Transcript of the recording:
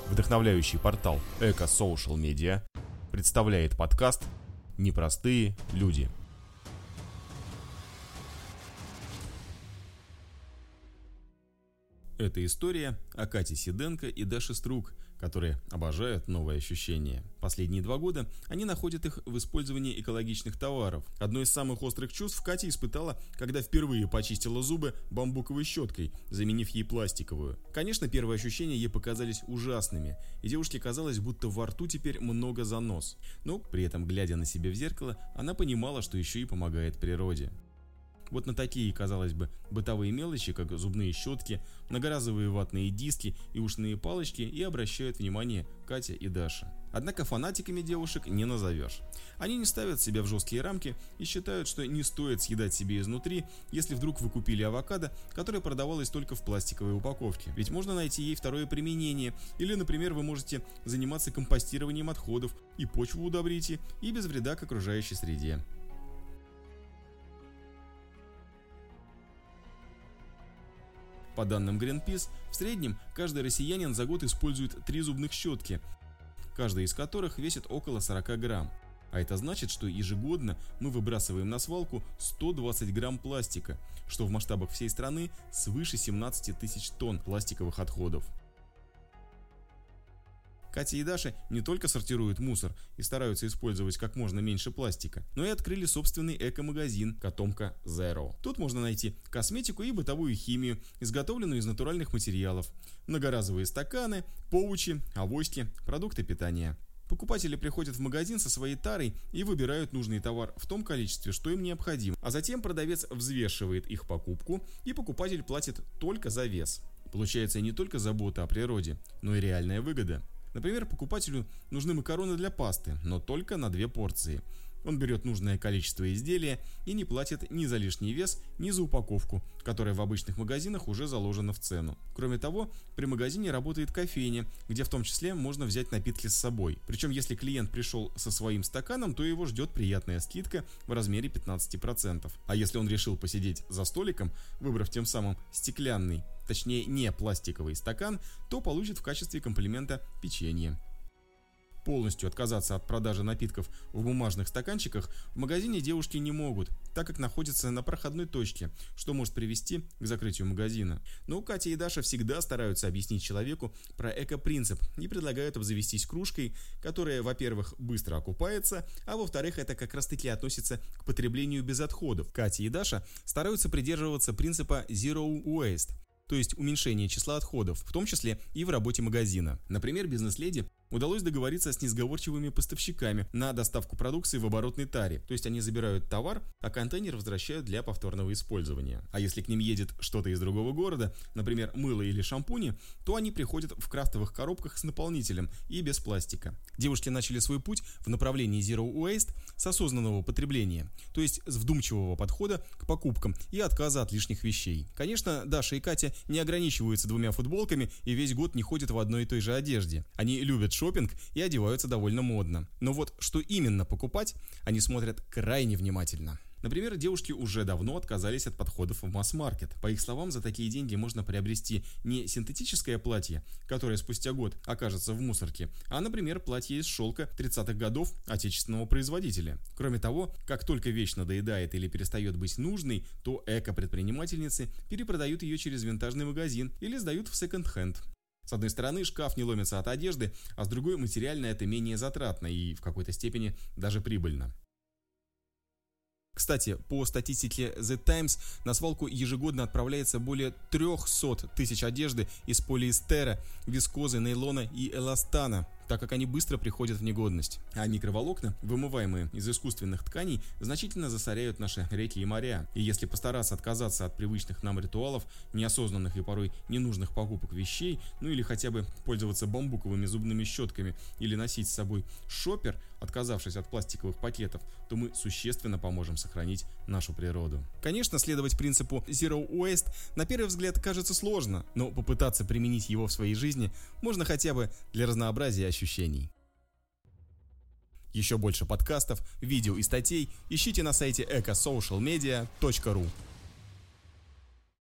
Вдохновляющий портал Эко-Social Media представляет подкаст «Непростые люди». Это история о Кате Сиденко и Даше Струк, которые обожают новые ощущения. Последние 2 года они находят их в использовании экологичных товаров. Одно из самых острых чувств Катя испытала, когда впервые почистила зубы бамбуковой щеткой, заменив ей пластиковую. Конечно, первые ощущения ей показались ужасными, и девушке казалось, будто во рту теперь много занос. Но при этом, глядя на себя в зеркало, она понимала, что еще и помогает природе. Вот на такие, казалось бы, бытовые мелочи, как зубные щетки, многоразовые ватные диски и ушные палочки, и обращают внимание Катя и Даша. Однако фанатиками девушек не назовешь. Они не ставят себя в жесткие рамки и считают, что не стоит съедать себе изнутри, если вдруг вы купили авокадо, которое продавалось только в пластиковой упаковке. Ведь можно найти ей второе применение, или, например, вы можете заниматься компостированием отходов, и почву удобрите, и без вреда к окружающей среде. По данным Greenpeace, в среднем каждый россиянин за год использует 3 зубных щетки, каждая из которых весит около 40 грамм. А это значит, что ежегодно мы выбрасываем на свалку 120 грамм пластика, что в масштабах всей страны свыше 17 тысяч тонн пластиковых отходов. Катя и Даша не только сортируют мусор и стараются использовать как можно меньше пластика, но и открыли собственный эко-магазин «Котомка Zero». Тут можно найти косметику и бытовую химию, изготовленную из натуральных материалов, многоразовые стаканы, паучи, авоськи, продукты питания. Покупатели приходят в магазин со своей тарой и выбирают нужный товар в том количестве, что им необходимо, а затем продавец взвешивает их покупку, и покупатель платит только за вес. Получается не только забота о природе, но и реальная выгода. Например, покупателю нужны макароны для пасты, но только на 2 порции. Он берет нужное количество изделия и не платит ни за лишний вес, ни за упаковку, которая в обычных магазинах уже заложена в цену. Кроме того, при магазине работает кофейня, где в том числе можно взять напитки с собой. Причем, если клиент пришел со своим стаканом, то его ждет приятная скидка в размере 15%. А если он решил посидеть за столиком, выбрав тем самым стеклянный, точнее не пластиковый стакан, то получит в качестве комплимента печенье. Полностью отказаться от продажи напитков в бумажных стаканчиках в магазине девушки не могут, так как находятся на проходной точке, что может привести к закрытию магазина. Но Катя и Даша всегда стараются объяснить человеку про эко-принцип и предлагают обзавестись кружкой, которая, во-первых, быстро окупается, а во-вторых, это как раз-таки относится к потреблению без отходов. Катя и Даша стараются придерживаться принципа Zero Waste, то есть уменьшение числа отходов, в том числе и в работе магазина. Например, бизнес-леди удалось договориться с несговорчивыми поставщиками на доставку продукции в оборотной таре, то есть они забирают товар, а контейнер возвращают для повторного использования. А если к ним едет что-то из другого города, например, мыло или шампуни, то они приходят в крафтовых коробках с наполнителем и без пластика. Девушки начали свой путь в направлении Zero Waste с осознанного потребления, то есть с вдумчивого подхода к покупкам и отказа от лишних вещей. Конечно, Даша и Катя не ограничиваются 2 футболками и весь год не ходят в одной и той же одежде. Они любят шопинг и одеваются довольно модно. Но вот что именно покупать, они смотрят крайне внимательно. Например, девушки уже давно отказались от подходов в масс-маркет. По их словам, за такие деньги можно приобрести не синтетическое платье, которое спустя год окажется в мусорке, а, например, платье из шелка 30-х годов отечественного производителя. Кроме того, как только вещь надоедает или перестает быть нужной, то эко-предпринимательницы перепродают ее через винтажный магазин или сдают в секонд-хенд. С одной стороны, шкаф не ломится от одежды, а с другой, материально это менее затратно и в какой-то степени даже прибыльно. Кстати, по статистике The Times на свалку ежегодно отправляется более 300 тысяч одежды из полиэстера, вискозы, нейлона и эластана, так как они быстро приходят в негодность. А микроволокна, вымываемые из искусственных тканей, значительно засоряют наши реки и моря. И если постараться отказаться от привычных нам ритуалов, неосознанных и порой ненужных покупок вещей, ну или хотя бы пользоваться бамбуковыми зубными щетками или носить с собой шоппер, отказавшись от пластиковых пакетов, то мы существенно поможем сохранить нашу природу. Конечно, следовать принципу Zero Waste на первый взгляд кажется сложно, но попытаться применить его в своей жизни можно хотя бы для разнообразия ощущений. Еще больше подкастов, видео и статей ищите на сайте ecosocialmedia.ru.